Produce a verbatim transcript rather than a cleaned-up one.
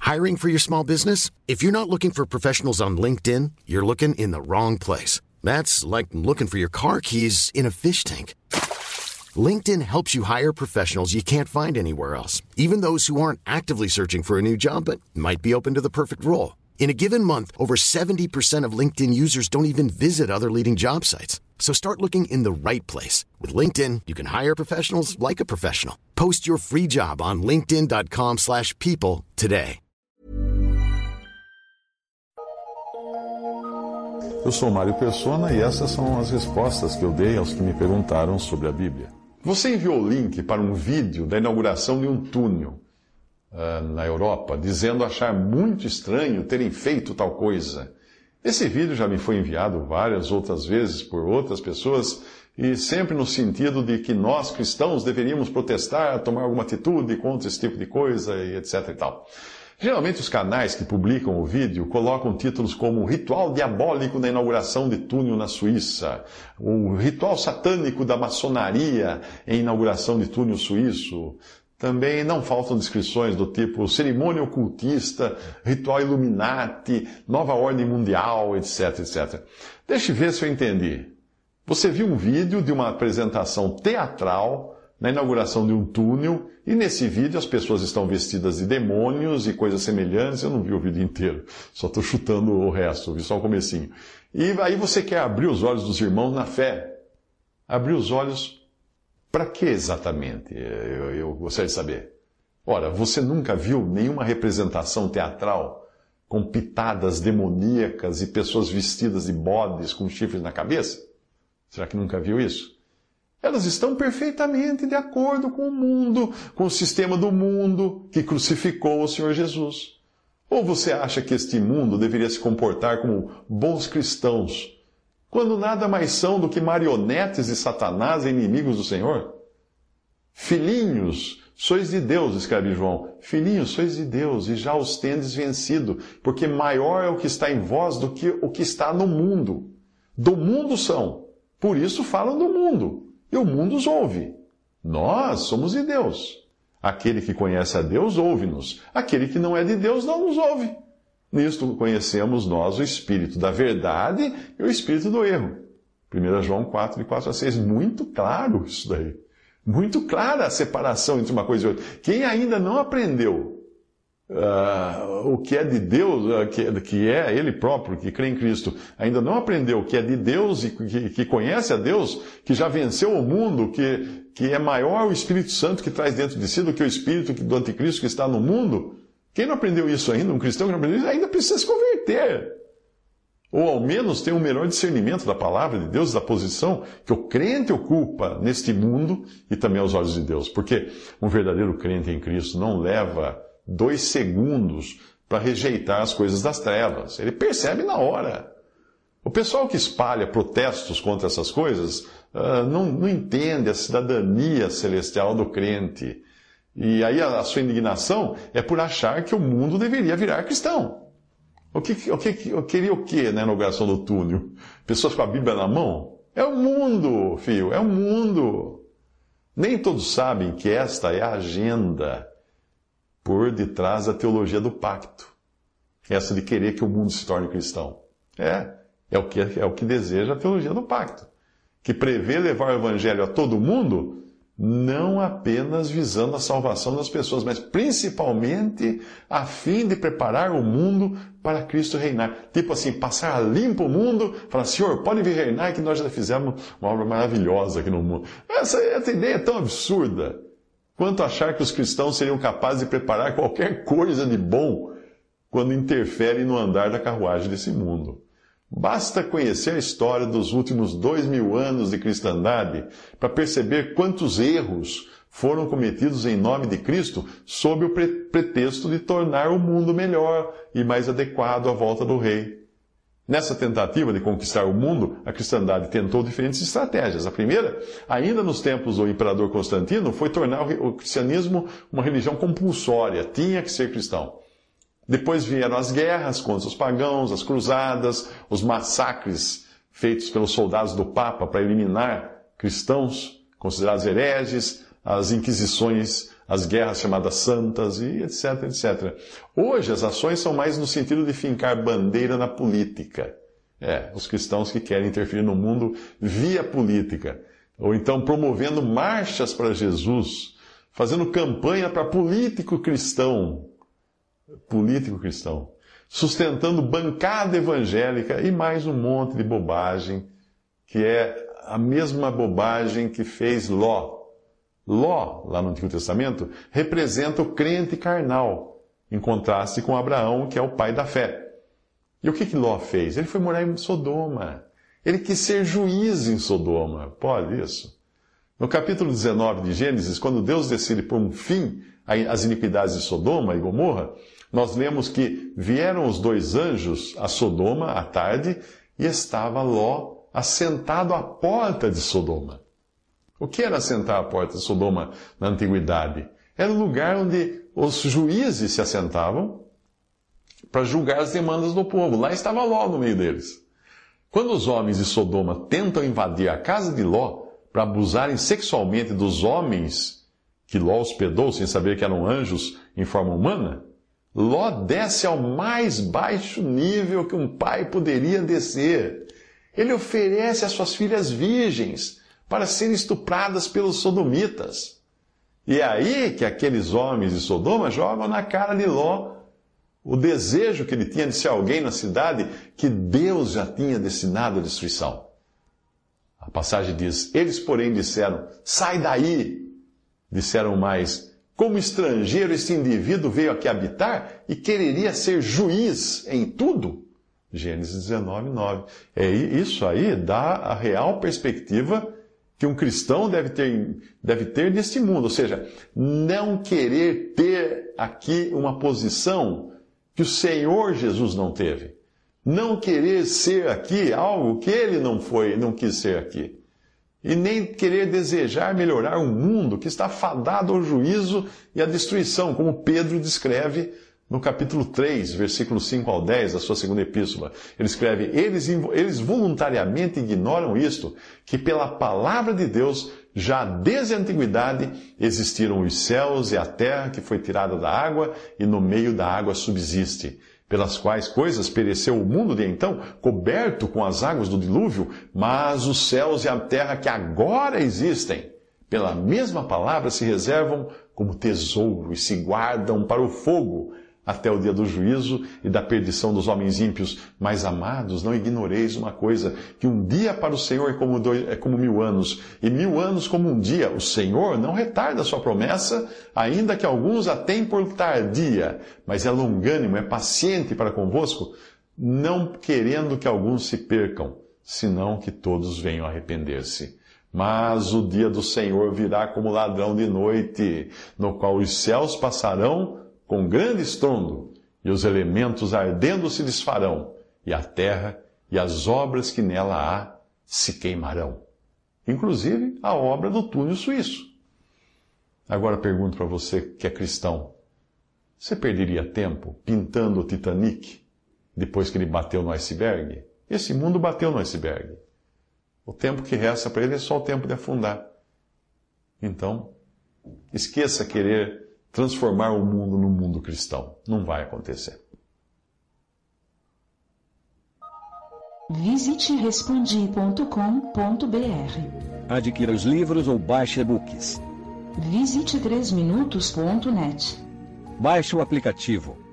Hiring for your small business? If you're not looking for professionals on LinkedIn, you're looking in the wrong place. That's like looking for your car keys in a fish tank. LinkedIn helps you hire professionals you can't find anywhere else, even those who aren't actively searching for a new job but might be open to the perfect role. In a given month, over seventy percent of LinkedIn users don't even visit other leading job sites. So start looking in the right place. With LinkedIn, you can hire professionals like a professional. Post your free job on linkedin dot com slash people today. Eu sou Mário Persona e essas são as respostas que eu dei aos que me perguntaram sobre a Bíblia. Você enviou o link para um vídeo da inauguração de um túnel uh, na Europa, dizendo achar muito estranho terem feito tal coisa. Esse vídeo já me foi enviado várias outras vezes por outras pessoas e sempre no sentido de que nós, cristãos, deveríamos protestar, tomar alguma atitude contra esse tipo de coisa e etc e tal. Geralmente os canais que publicam o vídeo colocam títulos como Ritual Diabólico da Inauguração de Túnel na Suíça, o Ritual Satânico da Maçonaria em Inauguração de Túnel Suíço. Também não faltam descrições do tipo Cerimônia Ocultista, Ritual Illuminati, Nova Ordem Mundial, etc, etcétera. Deixe ver se eu entendi. Você viu um vídeo de uma apresentação teatral na inauguração de um túnel, e nesse vídeo as pessoas estão vestidas de demônios e coisas semelhantes. Eu não vi o vídeo inteiro, só estou chutando o resto, vi só o comecinho. E aí você quer abrir os olhos dos irmãos na fé. Abrir os olhos para quê exatamente? Eu, eu gostaria de saber. Ora, você nunca viu nenhuma representação teatral com pitadas demoníacas e pessoas vestidas de bodes com chifres na cabeça? Será que nunca viu isso? Elas estão perfeitamente de acordo com o mundo, com o sistema do mundo que crucificou o Senhor Jesus. Ou você acha que este mundo deveria se comportar como bons cristãos, quando nada mais são do que marionetes de Satanás e inimigos do Senhor? Filhinhos, sois de Deus, escreve João. Filhinhos, sois de Deus, e já os tendes vencido, porque maior é o que está em vós do que o que está no mundo. Do mundo são, por isso falam do mundo. E o mundo os ouve. Nós somos de Deus. Aquele que conhece a Deus, ouve-nos. Aquele que não é de Deus, não nos ouve. Nisto conhecemos nós o Espírito da verdade e o Espírito do erro. primeira João quatro, de quatro a seis. Muito claro isso daí. Muito clara a separação entre uma coisa e outra. Quem ainda não aprendeu Uh, o que é de Deus, uh, que, que é Ele próprio, que crê em Cristo, ainda não aprendeu o que é de Deus e que, que conhece a Deus, que já venceu o mundo, que, que é maior o Espírito Santo que traz dentro de si do que o Espírito do Anticristo que está no mundo. Quem não aprendeu isso ainda, um cristão que não aprendeu isso, ainda precisa se converter. Ou ao menos ter um melhor discernimento da palavra de Deus, da posição que o crente ocupa neste mundo e também aos olhos de Deus. Porque um verdadeiro crente em Cristo não leva dois segundos para rejeitar as coisas das trevas. Ele percebe na hora. O pessoal que espalha protestos contra essas coisas uh, não, não entende a cidadania celestial do crente. E aí a, a sua indignação é por achar que o mundo deveria virar cristão. O que, o que, eu queria o quê na inauguração do túnel? Pessoas com a Bíblia na mão? É o mundo, filho, é o mundo. Nem todos sabem que esta é a agenda por detrás da teologia do pacto. Essa de querer que o mundo se torne cristão. É, é o que, é o que deseja a teologia do pacto. Que prevê levar o evangelho a todo mundo, não apenas visando a salvação das pessoas, mas principalmente a fim de preparar o mundo para Cristo reinar. Tipo assim, passar a limpo o mundo, falar, Senhor, pode vir reinar que nós já fizemos uma obra maravilhosa aqui no mundo. Essa, essa ideia é tão absurda quanto achar que os cristãos seriam capazes de preparar qualquer coisa de bom quando interferem no andar da carruagem desse mundo. Basta conhecer a história dos últimos dois mil anos de cristandade para perceber quantos erros foram cometidos em nome de Cristo sob o pre- pretexto de tornar o mundo melhor e mais adequado à volta do Rei. Nessa tentativa de conquistar o mundo, a cristandade tentou diferentes estratégias. A primeira, ainda nos tempos do imperador Constantino, foi tornar o cristianismo uma religião compulsória. Tinha que ser cristão. Depois vieram as guerras contra os pagãos, as cruzadas, os massacres feitos pelos soldados do Papa para eliminar cristãos considerados hereges, as inquisições as guerras chamadas santas e etc, etcétera. Hoje as ações são mais no sentido de fincar bandeira na política. É, os cristãos que querem interferir no mundo via política. Ou então promovendo marchas para Jesus, fazendo campanha para político cristão. Político cristão. Sustentando bancada evangélica e mais um monte de bobagem, que é a mesma bobagem que fez Ló. Ló, lá no Antigo Testamento, representa o crente carnal, em contraste com Abraão, que é o pai da fé. E o que que Ló fez? Ele foi morar em Sodoma. Ele quis ser juiz em Sodoma. Pode isso? No capítulo dezenove de Gênesis, quando Deus decide pôr um fim às iniquidades de Sodoma e Gomorra, nós lemos que vieram os dois anjos a Sodoma à tarde e estava Ló assentado à porta de Sodoma. O que era assentar à porta de Sodoma na antiguidade? Era o lugar onde os juízes se assentavam para julgar as demandas do povo. Lá estava Ló no meio deles. Quando os homens de Sodoma tentam invadir a casa de Ló para abusarem sexualmente dos homens que Ló hospedou, sem saber que eram anjos em forma humana, Ló desce ao mais baixo nível que um pai poderia descer. Ele oferece as suas filhas virgens para serem estupradas pelos sodomitas. E é aí que aqueles homens de Sodoma jogam na cara de Ló o desejo que ele tinha de ser alguém na cidade que Deus já tinha destinado à destruição. A passagem diz, eles porém disseram, sai daí! Disseram mais, como estrangeiro este indivíduo veio aqui habitar e quereria ser juiz em tudo? Gênesis dezenove, nove. É, isso aí dá a real perspectiva que um cristão deve ter, deve ter neste mundo. Ou seja, não querer ter aqui uma posição que o Senhor Jesus não teve. Não querer ser aqui algo que Ele não foi, não quis ser aqui. E nem querer desejar melhorar um mundo que está fadado ao juízo e à destruição, como Pedro descreve no capítulo três, versículos cinco ao dez, da sua segunda epístola. Ele escreve, eles, eles voluntariamente ignoram isto, que pela palavra de Deus, já desde a antiguidade, existiram os céus e a terra que foi tirada da água e no meio da água subsiste, pelas quais coisas pereceu o mundo de então, coberto com as águas do dilúvio, mas os céus e a terra que agora existem, pela mesma palavra se reservam como tesouro e se guardam para o fogo, até o dia do juízo e da perdição dos homens ímpios. Mas, amados, não ignoreis uma coisa, que um dia para o Senhor é como, dois, é como mil anos, e mil anos como um dia. O Senhor não retarda a sua promessa, ainda que alguns a tenham por tardia, mas é longânimo, é paciente para convosco, não querendo que alguns se percam, senão que todos venham a arrepender-se. Mas o dia do Senhor virá como ladrão de noite, no qual os céus passarão com grande estrondo, e os elementos ardendo se desfarão, e a terra e as obras que nela há se queimarão. Inclusive a obra do túnel suíço. Agora pergunto para você que é cristão, você perderia tempo pintando o Titanic depois que ele bateu no iceberg? Esse mundo bateu no iceberg. O tempo que resta para ele é só o tempo de afundar. Então, esqueça querer transformar o mundo num mundo cristão. Não vai acontecer. Visite respondi ponto com ponto br. Adquira os livros ou baixe e-books. Visite três minutos ponto net. Baixe o aplicativo.